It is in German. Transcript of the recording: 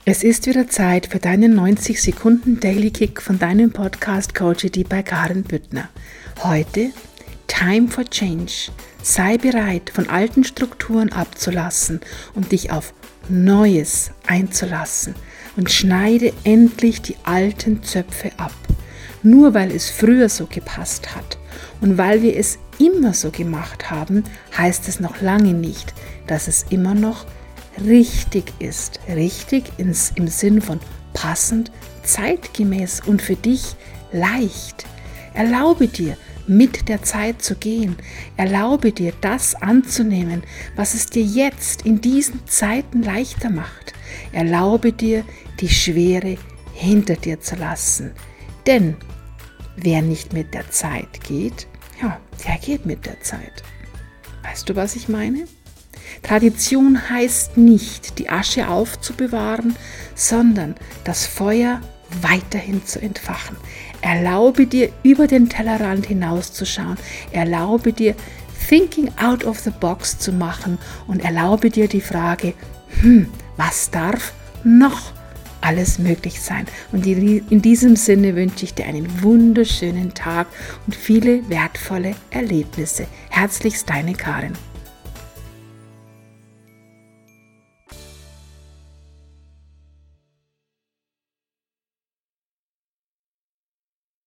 Es ist wieder Zeit für deinen 90 Sekunden Daily Kick von deinem Podcast Coachity bei Karin Büttner. Heute Time for Change. Sei bereit, von alten Strukturen abzulassen und dich auf Neues einzulassen und schneide endlich die alten Zöpfe ab. Nur weil es früher so gepasst hat und weil wir es immer so gemacht haben, heißt es noch lange nicht, dass es immer noch richtig ist. Richtig im Sinn von passend, zeitgemäß und für dich leicht. Erlaube dir, mit der Zeit zu gehen. Erlaube dir, das anzunehmen, was es dir jetzt in diesen Zeiten leichter macht. Erlaube dir, die Schwere hinter dir zu lassen. Denn wer nicht mit der Zeit geht, der geht mit der Zeit. Weißt du, was ich meine? Tradition heißt nicht, die Asche aufzubewahren, sondern das Feuer weiterhin zu entfachen. Erlaube dir, über den Tellerrand hinauszuschauen. Erlaube dir, Thinking out of the box zu machen und erlaube dir die Frage, was darf noch alles möglich sein? Und in diesem Sinne wünsche ich dir einen wunderschönen Tag und viele wertvolle Erlebnisse. Herzlichst deine Karin.